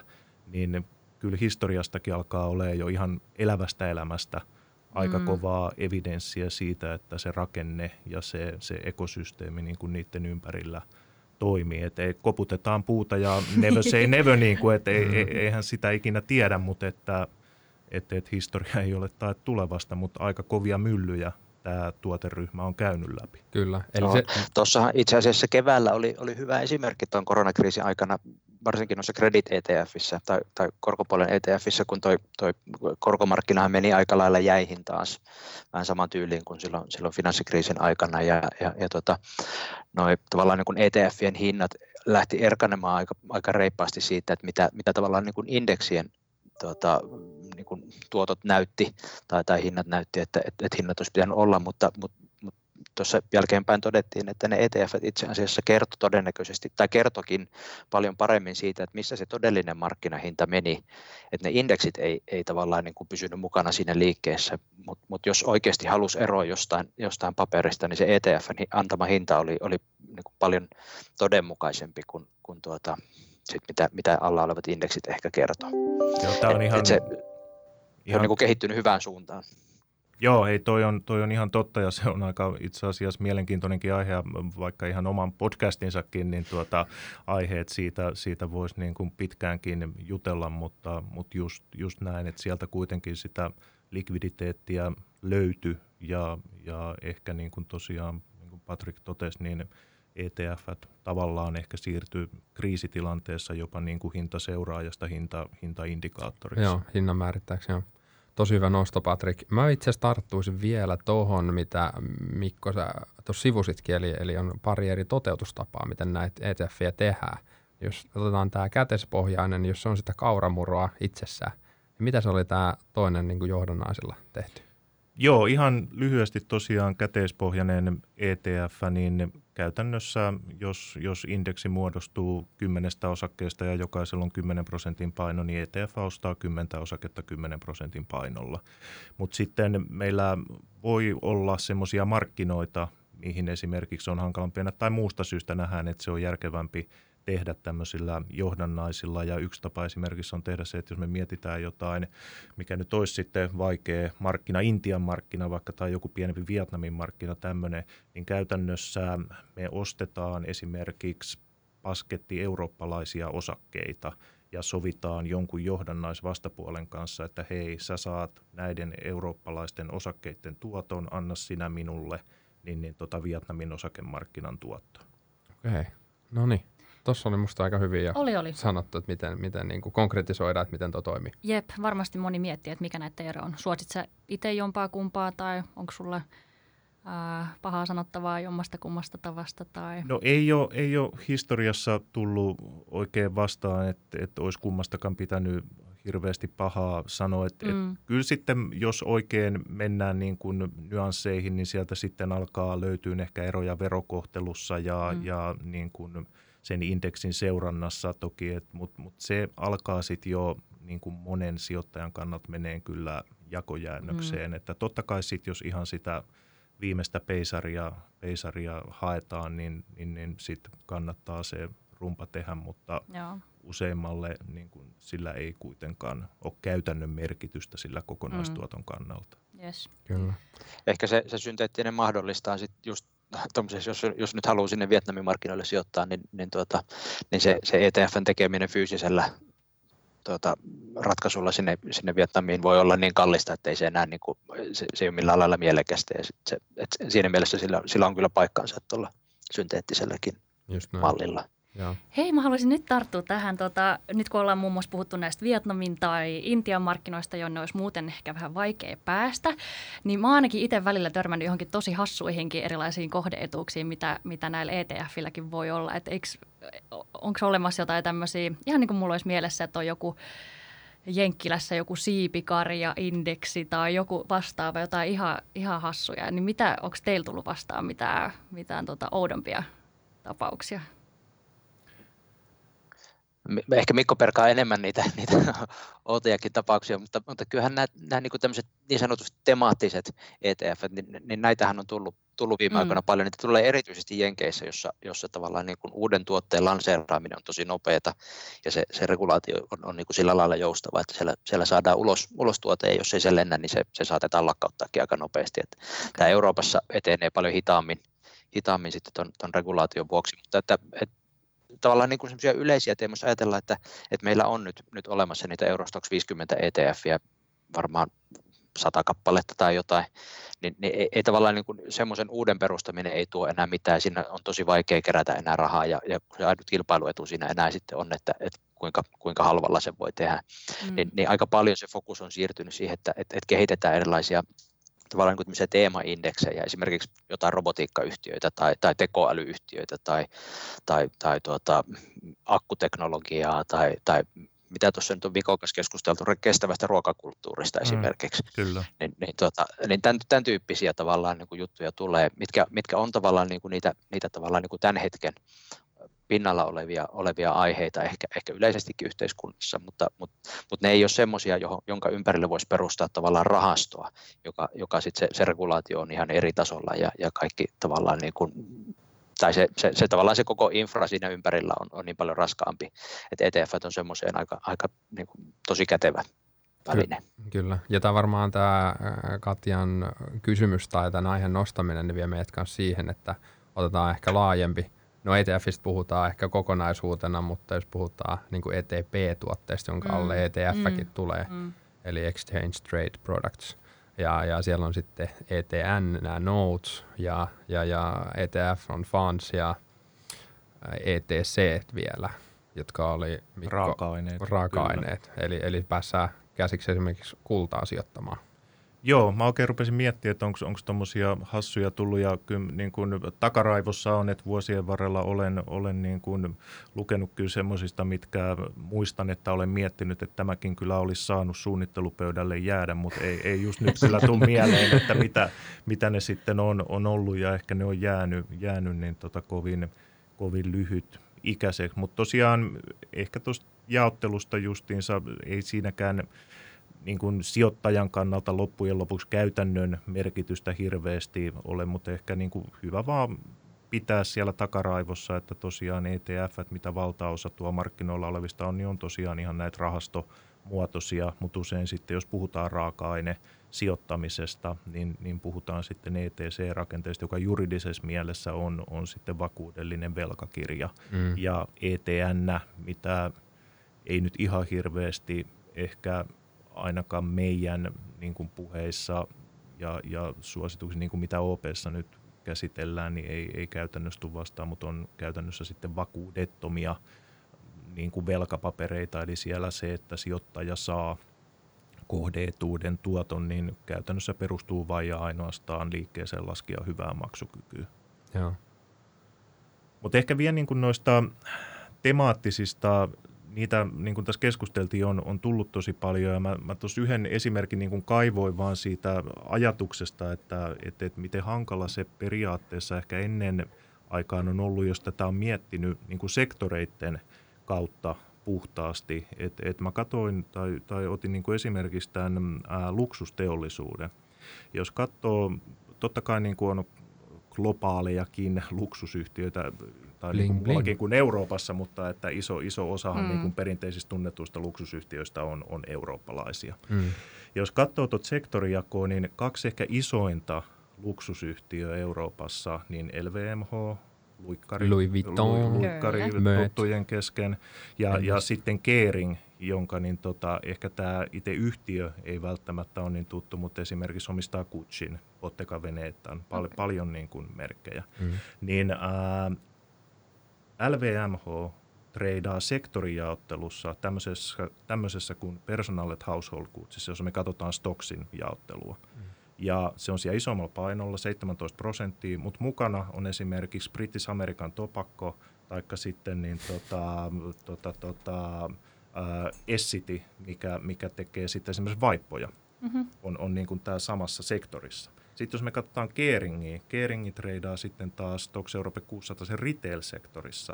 niin kyllä historiastakin alkaa olemaan jo ihan elävästä elämästä aika mm. kovaa evidenssiä siitä, että se rakenne ja se, se ekosysteemi niin kuin niiden ympärillä toimii. Että ei, koputetaan puuta ja never say never, niin kuin, että ei, eihän sitä ikinä tiedä, mutta että, että, että historia ei ole tae tulevasta, mutta aika kovia myllyjä tämä tuoteryhmä on käynyt läpi. Kyllä. Eli no, se... Tuossahan itse asiassa keväällä oli, oli hyvä esimerkki tuon koronakriisin aikana, varsinkin noissa credit E T F:issä tai, tai korkopuolen E T F:issä, kun toi, toi korkomarkkinahan meni aika lailla jäihin taas vähän saman tyyliin kuin silloin, silloin finanssikriisin aikana. Ja, ja, ja tota, noi, tavallaan niin kuin E T F:ien hinnat lähti erkanemaan aika, aika reippaasti siitä, että mitä, mitä tavallaan niin kuin indeksien Tuota, niin kuin tuotot näytti tai, tai hinnat näytti, että, että, että hinnat olisi pitänyt olla, mutta, mutta, mutta tuossa jälkeenpäin todettiin, että ne E T F itse asiassa kertoi todennäköisesti tai kertokin paljon paremmin siitä, että missä se todellinen markkinahinta meni, että ne indeksit ei, ei tavallaan niin kuin pysynyt mukana siinä liikkeessä, mutta, mutta jos oikeasti halusi eroa jostain, jostain paperista, niin se E T F:n antama hinta oli, oli niin kuin paljon todenmukaisempi kuin, kuin tuota, sit mitä, mitä alla olevat indeksit ehkä kertoo. Joo, tää on ihan, se, ihan... se on niin kuin kehittynyt hyvään suuntaan. Joo, ei, toi on, toi on ihan totta ja se on aika itse asiassa mielenkiintoinenkin aihe, vaikka ihan oman podcastinsakin, niin tuota, aiheet siitä, siitä voisi niin kuin pitkäänkin jutella, mutta, mutta just, just näin, että sieltä kuitenkin sitä likviditeettiä löytyi ja, ja ehkä niin kuin tosiaan, niin kuin Patrick totesi, niin E T F tavallaan ehkä siirtyy kriisitilanteessa jopa niin kuin hintaseuraajasta hinta, hintaindikaattoriksi. Joo, hinnan määrittäjäksi, joo. Tosi hyvä nosto, Patrick. Mä itse asiassa tarttuisin vielä tuohon, mitä Mikko sä tuossa sivusitkin, eli, eli on pari eri toteutustapaa, miten näitä E T F:iä tehdään. Jos otetaan tämä kätespohjainen, jos se on sitä kauramuroa itsessään, niin mitä se oli tämä toinen niin kuin johdannaisilla tehty? Joo, ihan lyhyesti tosiaan käteispohjainen E T F, niin käytännössä jos, jos indeksi muodostuu kymmenestä osakkeesta ja jokaisella on kymmenen prosentin paino, niin E T F ostaa kymmentä osaketta kymmenen prosentin painolla. Mutta sitten meillä voi olla semmoisia markkinoita, mihin esimerkiksi on hankalampi tai muusta syystä nähdään, että se on järkevämpi tehdä tämmöisillä johdannaisilla. Ja yksi tapa esimerkiksi on tehdä se, että jos me mietitään jotain, mikä nyt olisi sitten vaikea markkina, Intian markkina vaikka tai joku pienempi Vietnamin markkina tämmöinen, niin käytännössä me ostetaan esimerkiksi pasketti eurooppalaisia osakkeita ja sovitaan jonkun johdannaisvastapuolen kanssa, että hei, sä saat näiden eurooppalaisten osakkeiden tuoton, anna sinä minulle niin, niin tota Vietnamin osakemarkkinan tuotto. Okei, no niin. Tuossa oli musta aika hyvin jo oli, oli. sanottu, että miten, miten niin kuin konkretisoidaan, että miten tuo toimii. Jep, varmasti moni miettii, että mikä näiden ero on. Suosit sä itse jompaa kumpaa tai onko sulla ää, pahaa sanottavaa jommasta kummasta tavasta? Tai... No ei ole, ei ole historiassa tullut oikein vastaan, että, että olisi kummastakaan pitänyt hirveästi pahaa sanoa. Että, mm. että kyllä sitten, jos oikein mennään niin kuin nyansseihin, niin sieltä sitten alkaa löytyä ehkä eroja verokohtelussa ja, mm. ja niin kuin sen indeksin seurannassa toki, mutta mut se alkaa sitten jo niin kuin monen sijoittajan kannalta menee kyllä jakojäännökseen. Mm. Että totta kai sitten, jos ihan sitä viimeistä peisaria, peisaria haetaan, niin, niin, niin sitten kannattaa se rumpa tehdä, mutta Joo. useimmalle niin kuin sillä ei kuitenkaan ole käytännön merkitystä sillä kokonaistuoton mm. kannalta. Yes. Kyllä. Ehkä se, se synteettinen mahdollistaa sitten just jos, jos nyt haluaa sinne Vietnamin markkinoille sijoittaa, niin, niin, tuota, niin se, se E T F:n tekeminen fyysisellä tuota, ratkaisulla sinne, sinne Vietnamiin voi olla niin kallista, että ei se enää niin kuin, se, se ei ole millään lailla mielekästä. Ja se, että siinä mielessä sillä, sillä on kyllä paikkansa tuolla synteettiselläkin mallilla. Joo. Hei, mä haluaisin nyt tarttua tähän, tota, nyt kun ollaan muun muassa puhuttu näistä Vietnamin tai Intian markkinoista, jonne olisi muuten ehkä vähän vaikea päästä, niin mä ainakin itse välillä törmännyt johonkin tosi hassuihinkin erilaisiin kohdeetuuksiin, mitä, mitä näillä E T F:illäkin voi olla. Onko olemassa jotain tämmöisiä, ihan niin kuin mulla olisi mielessä, että on joku Jenkkilässä joku siipikarja-indeksi tai joku vastaava, jotain ihan, ihan hassuja, niin mitä, onko teillä tullut vastaan mitään, mitään tota oudompia tapauksia? ehkä Mikko perkaa enemmän niitä, niitä outojakin tapauksia, mutta, mutta kyllähän nämä, nämä niin, tämmöiset niin sanotusti temaattiset E T F, niin, niin näitähän on tullut, tullut viime aikoina mm. paljon. Niitä tulee erityisesti Jenkeissä, jossa, jossa tavallaan niin kuin uuden tuotteen lanseeraaminen on tosi nopeata ja se, se regulaatio on, on niin kuin sillä lailla joustava, että siellä, siellä saadaan ulos, ulos tuote ja jos ei se lennä, niin se, se saatetaan lakkauttaakin aika nopeasti. Että okay. Tämä Euroopassa etenee paljon hitaammin, hitaammin sitten ton, ton regulaation vuoksi, mutta että, että tavallaan niin kuin sellaisia yleisiä teemoja ajatellaan, että, että meillä on nyt, nyt olemassa niitä Eurostoxx viisikymmentä E T F:iä varmaan sata kappaletta tai jotain, niin, niin ei, ei tavallaan niin kuin semmoisen uuden perustaminen ei tuo enää mitään, siinä on tosi vaikea kerätä enää rahaa ja, ja se ainut kilpailuetu siinä enää sitten on, että, että kuinka, kuinka halvalla se voi tehdä, mm. niin, niin aika paljon se fokus on siirtynyt siihen, että, että, että kehitetään erilaisia tavallaan niin kuin teemaindeksejä, esimerkiksi jotain robotiikkayhtiöitä tai, tai tekoälyyhtiöitä tai, tai, tai tuota, akkuteknologiaa tai, tai mitä tuossa nyt on viikon kanssa keskusteltu kestävästä ruokakulttuurista esimerkiksi. Mm, kyllä. Niin, niin, tuota, niin tämän, tämän tyyppisiä tavallaan niin kuin juttuja tulee, mitkä, mitkä on tavallaan niin kuin niitä, niitä tavallaan niin kuin tämän hetken pinnalla olevia, olevia aiheita ehkä, ehkä yleisestikin yhteiskunnassa, mutta, mutta, mutta ne ei ole semmoisia, jonka ympärille voisi perustaa tavallaan rahastoa, joka, joka sitten se, se regulaatio on ihan eri tasolla ja, ja kaikki tavallaan niin kuin, tai se, se, se tavallaan se koko infra siinä ympärillä on, on niin paljon raskaampi, että E T F on semmoiseen aika, aika niin kuin, tosi kätevä väline. Ky- kyllä, ja tämä varmaan tämä Katjan kysymys tai tämän aiheen nostaminen niin vie meidät kanssa siihen, että otetaan ehkä laajempi. No E T F:istä puhutaan ehkä kokonaisuutena, mutta jos puhutaan niin kuin E T P-tuotteista, jonka alle mm. E T F:kin mm. tulee, mm. eli Exchange Trade Products, ja, ja siellä on sitten E T N, nämä notes, ja, ja, ja E T F on funds ja E T C vielä, jotka oli Mikko, raaka-aineet. raaka-aineet. Eli, eli päässään käsiksi esimerkiksi kultaa sijoittamaan. Joo, mä oikein rupesin miettimään, että onko tuommoisia hassuja tullut ja kyllä niin kuin takaraivossa on, että vuosien varrella olen, olen niin kuin lukenut kyllä semmoisista, mitkä muistan, että olen miettinyt, että tämäkin kyllä olisi saanut suunnittelupöydälle jäädä, mutta ei, ei just nyt kyllä tule mieleen, että mitä, mitä ne sitten on, on ollut ja ehkä ne on jäänyt, jäänyt niin tota kovin, kovin lyhyt ikäiseksi, mutta tosiaan ehkä tuosta jaottelusta justiinsa ei siinäkään niin kuin sijoittajan kannalta loppujen lopuksi käytännön merkitystä hirveästi ole, mutta ehkä niin kuin hyvä vaan pitää siellä takaraivossa, että tosiaan E T F, mitä valtaosa tuo markkinoilla olevista on, niin on tosiaan ihan näitä rahastomuotoisia, mutta usein sitten jos puhutaan raaka-aine sijoittamisesta, niin, niin puhutaan sitten E T C-rakenteesta, joka juridisessa mielessä on, on sitten vakuudellinen velkakirja. Mm. Ja E T N, mitä ei nyt ihan hirveästi ehkä ainakaan meidän niin kuin puheissa ja, ja suosituksissa, niin kuin mitä O P:ssa nyt käsitellään, niin ei, ei käytännössä tule vastaan, mutta on käytännössä sitten vakuudettomia niin kuin velkapapereita, eli siellä se, että sijoittaja saa kohde-etuuden tuoton, niin käytännössä perustuu vain ja ainoastaan liikkeeseen laskea hyvää maksukykyä. Joo. Mutta ehkä vielä niin kuin noista temaattisista, niitä, niin kuin tässä keskusteltiin, on, on tullut tosi paljon, ja mä, mä tuossa yhden esimerkin niin kuin kaivoin vaan siitä ajatuksesta, että, että, että miten hankala se periaatteessa ehkä ennen aikaan on ollut, jos tätä on miettinyt niin kuin sektoreiden kautta puhtaasti. Että et mä katsoin tai, tai otin niin kuin esimerkiksi tämän ää, luksusteollisuuden. Jos katsoo, totta kai niin kuin on globaalejakin luksusyhtiöitä, tai bling, niin kuin, kuin Euroopassa, mutta että iso, iso osahan mm. niin kuin perinteisistä tunnetuista luksusyhtiöistä on, on eurooppalaisia. Mm. Jos katsoo tuota sektorijakoa, niin kaksi ehkä isointa luksusyhtiöä Euroopassa, niin L V M H, Luikkari, Louis Vuitton, Luikkari tuttujen kesken, ja, ja sitten Kering, jonka niin tota, ehkä tämä itse yhtiö ei välttämättä ole niin tuttu, mutta esimerkiksi omistaa Guccin, Bottega Venetan, pal- okay. paljon niin kuin merkkejä. Mm. Niin ää, L V M H treidaa sektorijaottelussa tämmöisessä, tämmöisessä kuin Personal and Household Goodsissa, jos me katsotaan Stocksin jaottelua. Mm. Ja se on siellä isommalla painolla, seitsemäntoista prosenttia, mutta mukana on esimerkiksi British American Tobacco, taikka sitten niin tota, tota, tota, ää, Essity, mikä, mikä tekee sitten esimerkiksi vaippoja, mm-hmm. on, on niin kuin tämä samassa sektorissa. Sitten jos me katsotaan Keringiä, Keringi treidaa sitten taas Stoxx Europe kuusisataa sen retail-sektorissa,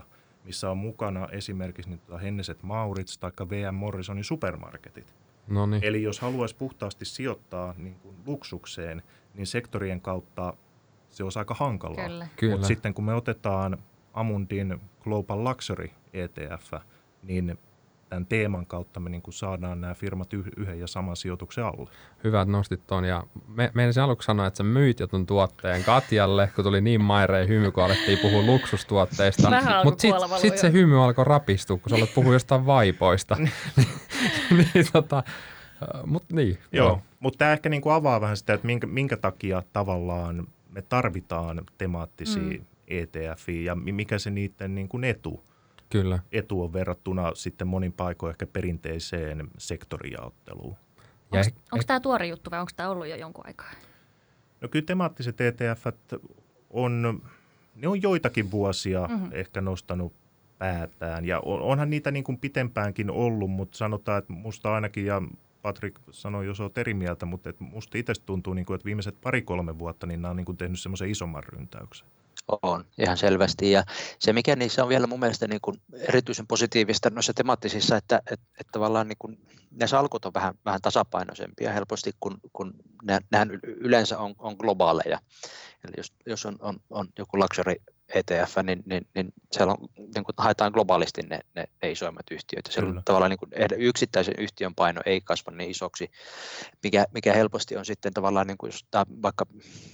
missä on mukana esimerkiksi niin tuota Henneset Mauritz tai V M Morrisonin supermarketit. Noniin. Eli jos haluaisi puhtaasti sijoittaa niin kuin luksukseen, niin sektorien kautta se olisi aika hankalaa. Kyllä. Kyllä. Mutta sitten kun me otetaan Amundin Global Luxury E T F, niin tämän teeman kautta me niin kuin saadaan nämä firmat yhden ja saman sijoituksen alle. Hyvä, että nostit ton. Ja me, meidän aluksi sanoa, että sä myit jo ton tuotteen Katjalle, kun tuli niin maireen hymy, kun alettiin puhua luksustuotteista. Mutta sitten sit se hymy alkoi rapistua, kun sä olet puhua jostain vaipoista. niin, tota, mut niin. Joo, joo. Mutta tämä ehkä niinku avaa vähän sitä, että minkä, minkä takia tavallaan me tarvitaan temaattisia mm. E T F:iä ja mikä se niiden niinku etu. Kyllä. Etu on verrattuna sitten monin paikoin ehkä perinteiseen sektorijaotteluun. Onko, onko tämä tuore juttu vai onko tämä ollut jo jonkun aikaa? No kyllä temaattiset E T F:t on, ne on joitakin vuosia mm-hmm. ehkä nostanut päätään. Ja on, onhan niitä niin kuin pitempäänkin ollut, mutta sanotaan, että musta ainakin, ja Patrik sanoi, jos olet eri mieltä, mutta että musta itse tuntuu, niin kuin, että viimeiset pari-kolme vuotta niin nämä on niin kuin tehnyt semmoisen isomman ryntäyksen. On, ihan selvästi. Ja se, mikä niissä on vielä mun mielestä niin kuin erityisen positiivista noissa temaattisissa, että, että, että tavallaan niin kuin ne salkut on vähän, vähän tasapainoisempia helposti, kun, kun nehän yleensä on, on globaaleja. Eli jos, jos on, on, on joku luxury E T F, niin, niin, niin siellä on, niin kuin haetaan globaalisti ne, ne, ne isoimmat yhtiöt. Siellä on tavallaan niin kuin yksittäisen yhtiön paino ei kasva niin isoksi, mikä, mikä helposti on sitten tavallaan, niin kuin jos tämä vaikka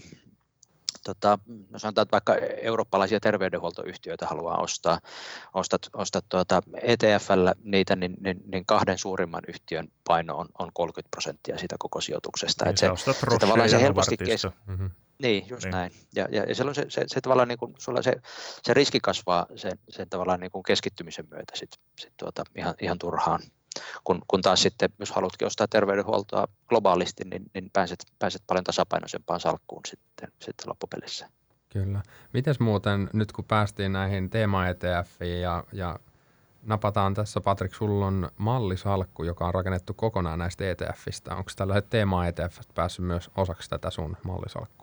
Tota, no sanotaan, että vaikka eurooppalaisia terveydenhuoltoyhtiöitä haluaa ostaa, ostat, ostat tuota E T F:llä niitä, niin, niin, niin kahden suurimman yhtiön paino on, on kolmekymmentä prosenttia siitä koko sijoituksesta. Niin, se, ostat se tavallaan se helposti kes... mm-hmm. Niin, just niin. näin. Ja, ja, ja silloin se, se, se tavallaan niin kuin, sulla se, se riski kasvaa sen, sen tavallaan niin kuin keskittymisen myötä sit, sit tuota, ihan, ihan turhaan. Kun, kun taas sitten, jos haluatkin ostaa terveydenhuoltoa globaalisti, niin, niin pääset, pääset paljon tasapainoisempaan salkkuun sitten, sitten loppupelissä. Kyllä. Mites muuten, nyt kun päästiin näihin teema-E T F:iin ja, ja napataan tässä, Patrik, sulla on mallisalkku, joka on rakennettu kokonaan näistä E T F:istä. Onko tällaiset teema-E T F:t päässyt myös osaksi tätä sun mallisalkkua?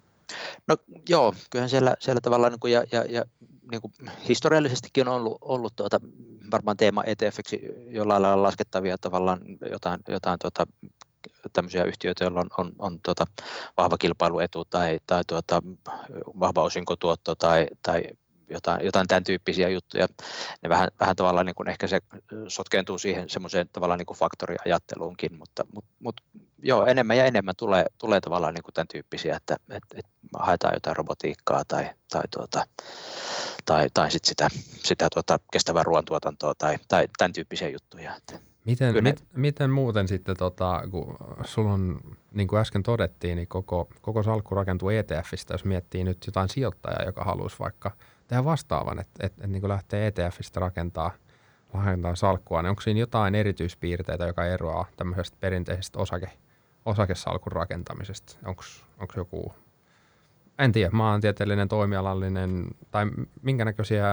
No joo, kyllähän siellä, siellä tavallaan niin kuin, ja, ja, ja niin kuin historiallisestikin on ollut, ollut tuota, varmaan teema E T F:ksi jollain lailla laskettavia tavallaan jotain, jotain tuota, tämmöisiä yhtiöitä, joilla on, on, on tuota, vahva kilpailuetu tai, tai tuota, vahva osinkotuotto tai, tai jotain, jotain tämän tyyppisiä juttuja. Ne vähän, vähän tavallaan niin kuin ehkä se sotkeentuu siihen semmoiseen tavallaan niin kuin faktoriajatteluunkin, mutta, mutta, mutta joo, enemmän ja enemmän tulee, tulee tavallaan niin kuin tämän tyyppisiä, että, että, että haetaan jotain robotiikkaa tai, tai, tuota, tai, tai sit sitä, sitä tuota kestävää ruoantuotantoa tai, tai tämän tyyppisiä juttuja. Miten, ne... mit, miten muuten sitten, tota, kun sulla on, niin kuin äsken todettiin, niin koko, koko salkku rakentuu E T F:istä, jos miettii nyt jotain sijoittajaa, joka haluaisi vaikka tehdä vastaavan, että et, et, niin kuin lähtee E T F:istä rakentaa, rakentaa salkkua, niin onko siinä jotain erityispiirteitä, joka eroaa tämmöisestä perinteisestä osake, osakesalkun rakentamisesta? Onko joku, en tiedä, maantieteellinen, toimialallinen tai minkä näköisiä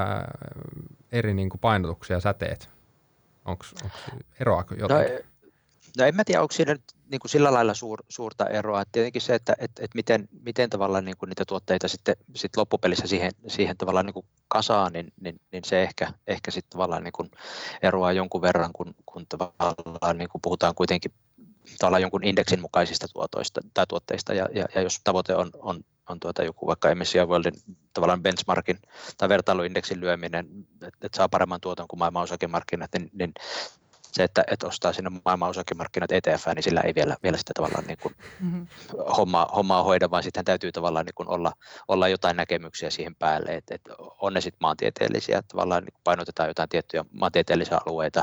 eri niin kuin painotuksia sä teet? Onko eroako jotenkin? No, no en mä tiedä, onko siinä niin kuin sillä lailla suur, suurta eroa. Et tietenkin se, että et, et miten, miten tavallaan niin kuin niitä tuotteita sitten sit loppupelissä siihen, siihen tavallaan niin kuin kasaan, niin, niin, niin se ehkä, ehkä sitten tavallaan niin kuin eroaa jonkun verran, kun, kun tavallaan niin kuin puhutaan kuitenkin tavallaan jonkun indeksin mukaisista tuotoista tai tuotteista, ja, ja, ja jos tavoite on, on, on tuota joku vaikka M S C I Worldin tavallaan benchmarkin tai vertailuindeksin lyöminen, että et saa paremman tuoton kuin maailman osakemarkkinat, niin, niin se, että et ostaa sinne maailman osakemarkkinat E T F, niin sillä ei vielä, vielä sitä tavallaan niin kuin mm-hmm. hommaa, hommaa hoida, vaan sitten täytyy tavallaan niin kuin olla, olla jotain näkemyksiä siihen päälle, että et on ne sitten maantieteellisiä, että tavallaan niin painotetaan jotain tiettyjä maantieteellisiä alueita,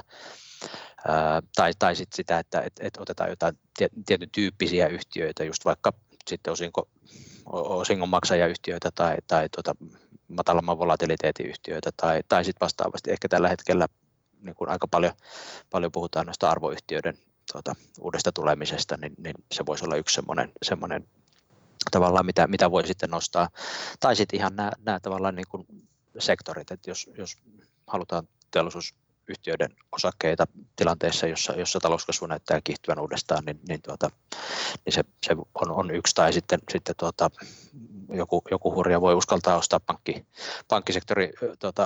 ää, tai, tai sitten sitä, että et, et otetaan jotain tietyn tyyppisiä yhtiöitä, just vaikka sitten osinko, osingonmaksajayhtiöitä tai, tai tuota, matalamman volatiliteetiyhtiöitä, tai, tai sitten vastaavasti ehkä tällä hetkellä niin kuin aika paljon, paljon puhutaan noista arvoyhtiöiden tuota, uudesta tulemisesta, niin, niin se voisi olla yksi semmoinen, semmoinen tavallaan, mitä, mitä voi sitten nostaa. Tai sitten ihan nämä, nämä tavallaan niin kuin sektorit, että jos, jos halutaan teollisuusyhtiöiden osakkeita tilanteessa, jossa, jossa talouskasvu näyttää kiihtyvän uudestaan, niin, niin, tuota, niin se, se on, on yksi, tai sitten, sitten tuota, joku, joku hurja voi uskaltaa ostaa pankki, pankkisektori tuota,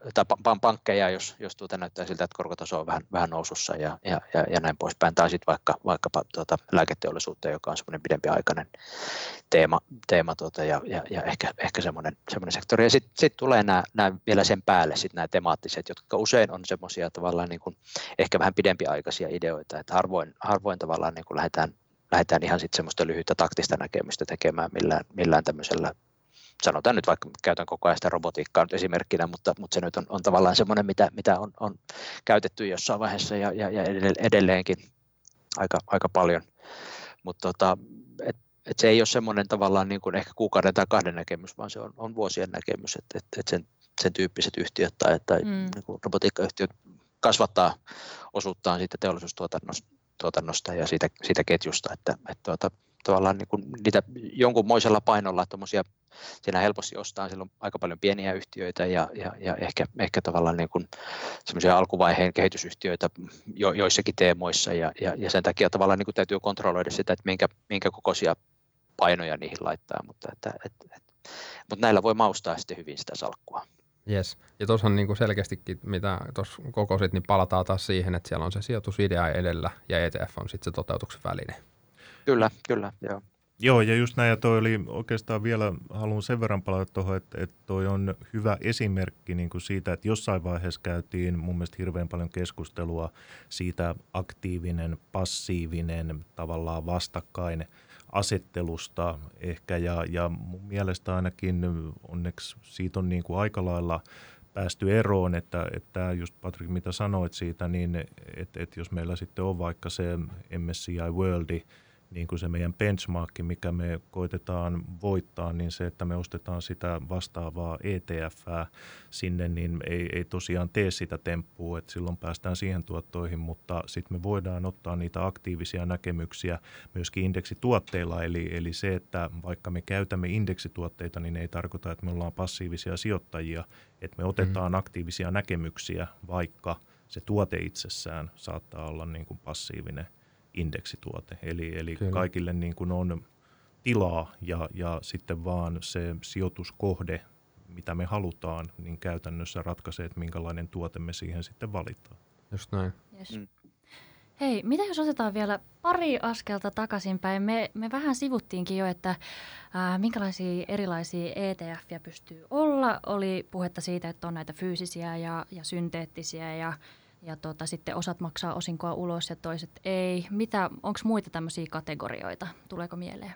tai pankkeja, jos, jos tuota näyttää siltä, että korkotaso on vähän, vähän nousussa ja, ja, ja, ja näin poispäin. Tai sitten vaikka, vaikkapa tuota, lääketeollisuutta, joka on semmoinen pidempiaikainen teema, teema tuota, ja, ja, ja ehkä, ehkä semmoinen, semmoinen sektori. Ja sitten sit tulee nämä, nämä vielä sen päälle sit nämä temaattiset, jotka usein on semmoisia tavallaan niin kuin ehkä vähän pidempiaikaisia ideoita, että harvoin, harvoin tavallaan niin kuin lähdetään, lähdetään ihan sitten semmoista lyhyttä taktista näkemystä tekemään millään, millään tämmöisellä, sanotaan nyt vaikka, käytän koko ajan sitä robotiikkaa nyt esimerkkinä, mutta, mutta se nyt on, on tavallaan semmoinen, mitä, mitä on, on käytetty jossain vaiheessa ja, ja, ja edelleenkin aika, aika paljon. Mutta tota, et, et se ei ole semmoinen tavallaan niin kuin ehkä kuukauden tai kahden näkemys, vaan se on, on vuosien näkemys, että et, et sen, sen tyyppiset yhtiöt tai, tai mm. niin kuin robotiikkayhtiöt kasvattaa osuuttaan siitä teollisuustuotannosta ja siitä, siitä ketjusta, että et, tuota, tavallaan niin kuin niitä jonkunmoisella painolla tommosia, siinä helposti ostaa silloin aika paljon pieniä yhtiöitä ja, ja, ja ehkä, ehkä tavallaan niin kuin semmoisia alkuvaiheen kehitysyhtiöitä jo, joissakin teemoissa ja, ja, ja sen takia tavallaan niin kuin täytyy kontrolloida sitä, että minkä, minkä kokoisia painoja niihin laittaa, mutta, että, et, et, mutta näillä voi maustaa sitten hyvin sitä salkkua. Jes, ja tuossahan niin kuin selkeästikin, mitä tuossa kokosit, niin palataan taas siihen, että siellä on se sijoitusidea edellä ja E T F on sitten se toteutuksen väline. Kyllä, kyllä, joo. Joo, ja just näin, ja toi oli oikeastaan vielä, haluan sen verran palata tuohon, että, että toi on hyvä esimerkki niin kuin siitä, että jossain vaiheessa käytiin mun mielestä hirveän paljon keskustelua siitä aktiivinen, passiivinen, tavallaan vastakkain asettelusta ehkä, ja, ja mun mielestä ainakin onneksi siitä on niin kuin aika lailla päästy eroon, että, että just Patrick, mitä sanoit siitä, niin että, että jos meillä sitten on vaikka se M S C I Worldi, niin kuin se meidän benchmarkki, mikä me koitetaan voittaa, niin se, että me ostetaan sitä vastaavaa E T F:ää sinne, niin ei, ei tosiaan tee sitä temppua, että silloin päästään siihen tuottoihin, mutta sitten me voidaan ottaa niitä aktiivisia näkemyksiä myöskin indeksituotteilla, eli, eli se, että vaikka me käytämme indeksituotteita, niin ei tarkoita, että me ollaan passiivisia sijoittajia, että me otetaan mm. aktiivisia näkemyksiä, vaikka se tuote itsessään saattaa olla niin kuin passiivinen indeksituote. Eli, eli kaikille niin kuin on tilaa ja, ja sitten vaan se sijoituskohde, mitä me halutaan, niin käytännössä ratkaisee, että minkälainen tuote me siihen sitten valitaan. Just näin. Yes. Mm. Hei, mitä jos otetaan vielä pari askelta takaisinpäin? Me, me vähän sivuttiinkin jo, että ää, minkälaisia erilaisia E T F:jä pystyy olla. Oli puhetta siitä, että on näitä fyysisiä ja, ja synteettisiä ja Ja tota, sitten osat maksaa osinkoa ulos ja toiset ei. Mitä, onko muita tämmöisiä kategorioita? Tuleeko mieleen?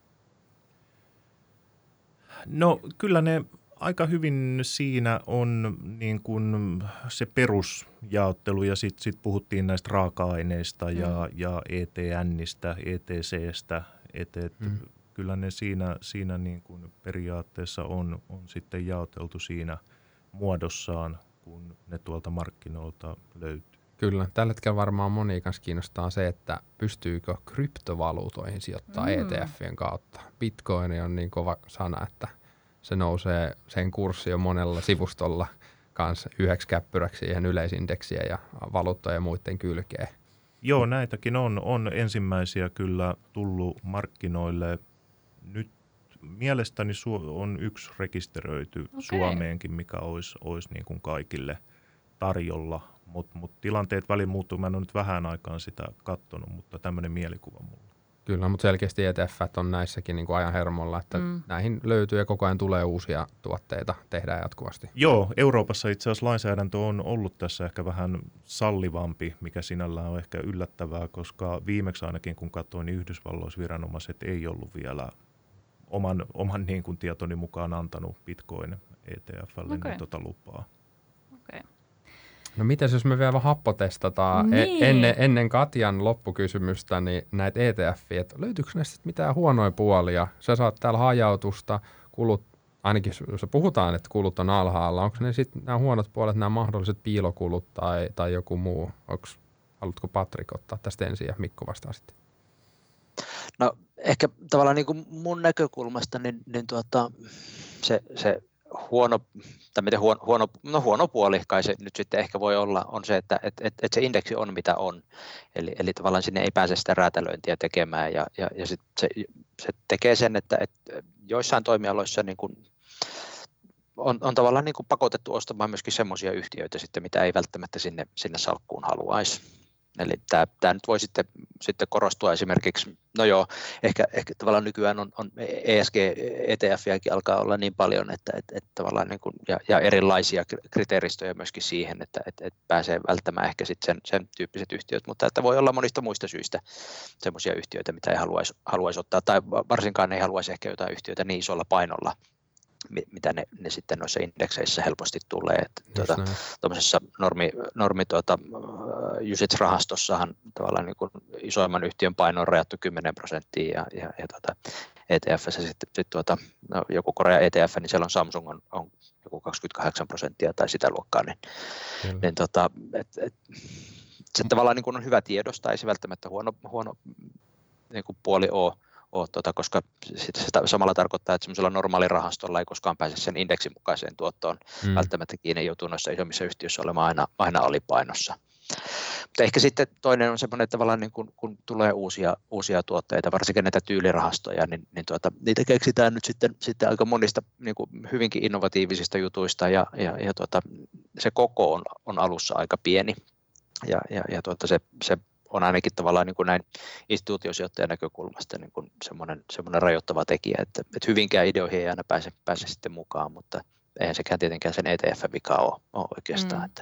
No kyllä ne aika hyvin siinä on niin kuin se perusjaottelu ja sitten sit puhuttiin näistä raaka-aineista mm. ja, ja E T N:istä, E T C:stä. Et, et mm. Kyllä ne siinä, siinä niin kuin periaatteessa on, on sitten jaoteltu siinä muodossaan, kun ne tuolta markkinoilta löytyy. Kyllä. Tällä hetkellä varmaan moni kanssa kiinnostaa se, että pystyykö kryptovaluutoihin sijoittaa mm. E T F:ien kautta. Bitcoin on niin kova sana, että se nousee sen kurssi jo monella sivustolla kanssa yhdeksi käppyräksi siihen yleisindeksiä ja valuuttoja ja muiden kylkeen. Joo, näitäkin on, on ensimmäisiä kyllä tullut markkinoille. Nyt mielestäni on yksi rekisteröity okay. Suomeenkin, mikä olisi, olisi niin kuin kaikille tarjolla, mutta mut tilanteet välillä muuttuu. Mä en ole nyt vähän aikaan sitä katsonut, mutta tämmöinen mielikuva mulla. Kyllä, mutta selkeästi E T F on näissäkin niin kuin ajan hermolla, että mm. näihin löytyy ja koko ajan tulee uusia tuotteita, tehdään jatkuvasti. Joo, Euroopassa itse asiassa lainsäädäntö on ollut tässä ehkä vähän sallivampi, mikä sinällään on ehkä yllättävää, koska viimeksi ainakin kun katsoin, niin Yhdysvalloissa viranomaiset ei ollut vielä oman, oman niin kuin tietoni mukaan antanut Bitcoin E T F:lle okay. niin tuota lupaa. Okay. No mitäs jos me vielä happotestataan niin. e- ennen, ennen Katjan loppukysymystä niin näitä E T F:iä, että löytyykö näistä mitään huonoja puolia? Sä saat täällä hajautusta, kulut, ainakin jos puhutaan, että kulut on alhaalla, onko ne sitten nämä huonot puolet, nämä mahdolliset piilokulut tai, tai joku muu? Onks, haluatko Patrik ottaa tästä ensin ja Mikko vastaa sitten? No ehkä tavallaan niin kuin mun näkökulmasta niin, niin tuota, se, se huono, tai miten huono, huono, no huono puoli kai se nyt sitten ehkä voi olla, on se, että et, et, et se indeksi on mitä on. Eli, eli tavallaan sinne ei pääse sitä räätälöintiä tekemään ja, ja, ja sit se, se tekee sen, että et joissain toimialoissa niin kuin on, on tavallaan niin kuin pakotettu ostamaan myöskin semmoisia yhtiöitä sitten, mitä ei välttämättä sinne, sinne salkkuun haluaisi. Eli tämä, tämä nyt voi sitten, sitten korostua esimerkiksi, no joo, ehkä, ehkä tavallaan nykyään on, on E S G, E T F-jääkin alkaa olla niin paljon, että, että, että tavallaan niin kuin, ja, ja erilaisia kriteeristöjä myöskin siihen, että, että, että pääsee välttämään ehkä sitten sen, sen tyyppiset yhtiöt, mutta että voi olla monista muista syistä semmoisia yhtiöitä, mitä ei haluaisi, haluaisi ottaa, tai varsinkaan ei haluaisi ehkä jotain yhtiöitä niin isolla painolla, mitä ne, ne sitten noissa indekseissä helposti tulee. Tuota, tuollaisessa normi, normi tuota, usage-rahastossahan tavallaan niin kuin isoimman yhtiön paino on rajattu kymmenen prosenttia ja, ja, ja tuota, E T F:ssä sitten sit tuota, no, joku Korea E T F, niin siellä on Samsung on, on joku kaksikymmentäkahdeksan prosenttia tai sitä luokkaa, niin, niin tuota, et, et, se tavallaan niin kuin on hyvä tiedostaa, ei se välttämättä huono, huono niin kuin puoli ole. Tuota, koska sit se samalla tarkoittaa, että semmoisella normaalirahastolla ei koskaan pääse sen indeksin mukaiseen tuottoon mm. välttämättä kiinni, joutuu noissa isommissa yhtiöissä olemaan aina, aina alipainossa. Mutta ehkä sitten toinen on semmoinen, että tavallaan niin kun, kun tulee uusia, uusia tuotteita, varsinkin näitä tyylirahastoja, niin, niin tuota, niitä keksitään nyt sitten, sitten aika monista niin kuin hyvinkin innovatiivisista jutuista ja, ja, ja tuota, se koko on, on alussa aika pieni ja, ja, ja tuota, se, se on ainakin tavallaan niin kuin näin instituutiosijoittajan näkökulmasta niin kuin semmoinen, semmoinen rajoittava tekijä, että, että hyvinkään ideoihin ei aina pääse, pääse sitten mukaan, mutta eihän sekään tietenkään sen E T F-vika ole, ole oikeastaan. Mm. Että,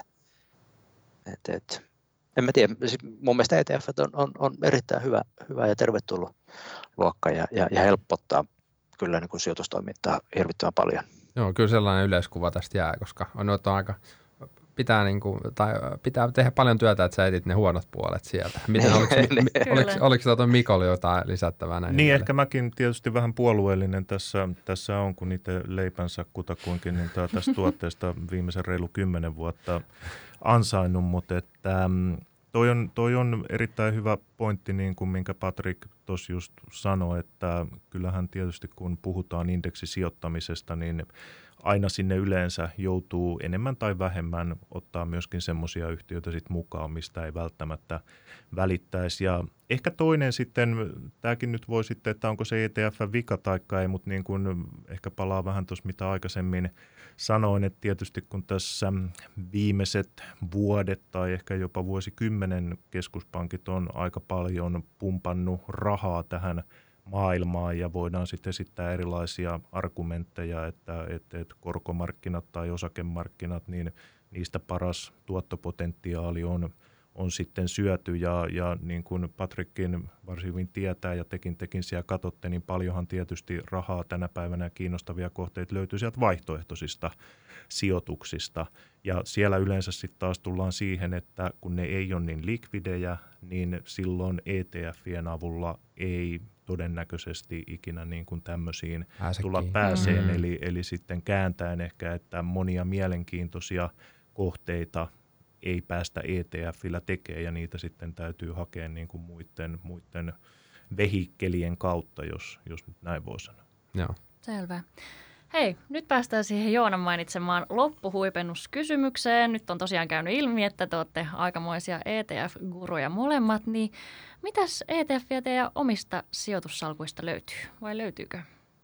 että, että, en mä tiedä, mun mielestä E T F on, on, on erittäin hyvä, hyvä ja tervetullut luokka ja, ja, ja helpottaa kyllä niin kuin sijoitustoimintaa hirvittävän paljon. Joo, kyllä sellainen yleiskuva tästä jää, koska on aika... Pitää, niin kuin, tai pitää tehdä paljon työtä, että sä etit ne huonot puolet sieltä. Miten, oliko, mi, oliko, oliko tuota Mikolla jotain lisättävää näihin? Niin, ehkä mäkin tietysti vähän puolueellinen tässä, tässä on, kun itse leipänsä kutakuinkin niin tästä tuotteesta viimeisen reilu kymmenen vuotta ansainnut, mutta että, toi, on, toi on erittäin hyvä pointti, niin kuin minkä Patrick tuossa just sanoi, että kyllähän tietysti kun puhutaan indeksisijoittamisesta, niin aina sinne yleensä joutuu enemmän tai vähemmän ottaa myöskin semmoisia yhtiöitä sit mukaan, mistä ei välttämättä välittäisi. Ja ehkä toinen sitten, tämäkin nyt voi sitten, että onko se E T F-vika taikka ei, mutta niin kuin ehkä palaa vähän tuossa, mitä aikaisemmin sanoin, että tietysti kun tässä viimeiset vuodet tai ehkä jopa vuosikymmenen keskuspankit on aika paljon pumpannut rahaa tähän maailmaan ja voidaan sitten esittää erilaisia argumentteja, että, että, että korkomarkkinat tai osakemarkkinat, niin niistä paras tuottopotentiaali on, on sitten syöty ja, ja niin kuin Patrickin varsin hyvin tietää ja tekin, tekin siellä katsotte, niin paljonhan tietysti rahaa tänä päivänä kiinnostavia kohteita löytyy sieltä vaihtoehtoisista sijoituksista ja siellä yleensä sitten taas tullaan siihen, että kun ne ei ole niin likvidejä, niin silloin E T F:ien avulla ei todennäköisesti ikinä niin kuin tämmöisiin Pääsekin. tulla pääseen, mm-hmm. eli, eli sitten kääntäen ehkä, että monia mielenkiintoisia kohteita ei päästä E T F:llä tekemään ja niitä sitten täytyy hakea niin kuin muiden, muiden vehikkelien kautta, jos, jos nyt näin voi sanoa. Joo. Selvä. Hei, nyt päästään siihen Joonan mainitsemaan loppuhuipennuskysymykseen. Nyt on tosiaan käynyt ilmi, että te olette aikamoisia E T F-guruja molemmat, niin mitäs E T F:iä teidän omista sijoitussalkuista löytyy vai löytyykö?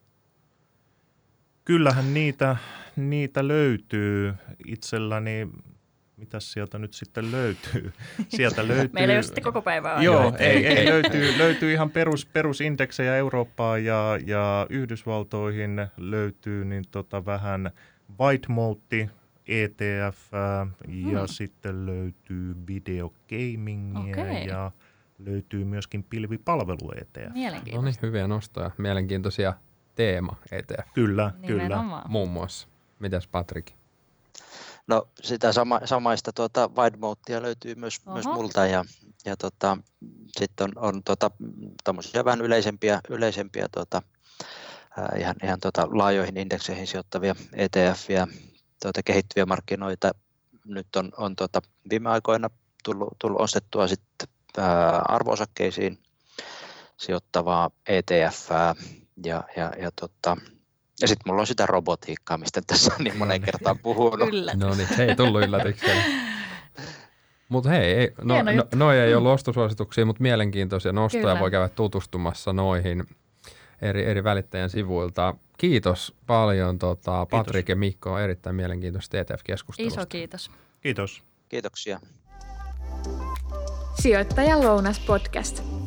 Kyllähän niitä, niitä löytyy itselläni. Mitäs sieltä nyt sitten löytyy? Sieltä löytyy... Meillä ei ole sitten koko päivää. Joo, ei, ei löytyy, löytyy ihan perus, perusindeksejä Eurooppaan ja, ja Yhdysvaltoihin löytyy niin tota vähän Whitemount, E T F ja hmm. sitten löytyy videogamingia okay. ja löytyy myöskin pilvipalvelu E T F. Mielenkiintoista. No niin, hyviä nostoja. Mielenkiintoisia teema E T F. Kyllä, Nimenomaan. kyllä. Muun muassa. Mitäs Patrick? No sitä sama, samaista tuota Whitemountia löytyy myös, myös multa ja, ja tota, sitten on, on tota, tommosia vähän yleisempiä, yleisempiä tota, ää, ihan, ihan tota, laajoihin indekseihin sijoittavia E T F:iä, tota, kehittyviä markkinoita. Nyt on, on tota, viime aikoina tullut, tullut ostettua sitten ää, arvo-osakkeisiin sijoittavaa E T F:ää ja, ja, ja tota, Ja sitten mulla on sitä robotiikkaa, mistä tässä on niin monen kertaan puhunut. No niin, ei tullut yllätyksellä. Mutta hei, ei, no, no, noi ei ollut ostosuosituksia, mutta mielenkiintoisia nostoja. Kyllä. Voi käydä tutustumassa noihin. eri, eri välittäjän sivuilta. Kiitos paljon tota, Kiitos. Patrik ja Mikko, erittäin mielenkiintoista E T F-keskustelusta. Iso kiitos. Kiitos. Kiitoksia. Sijoittajan lounas podcast.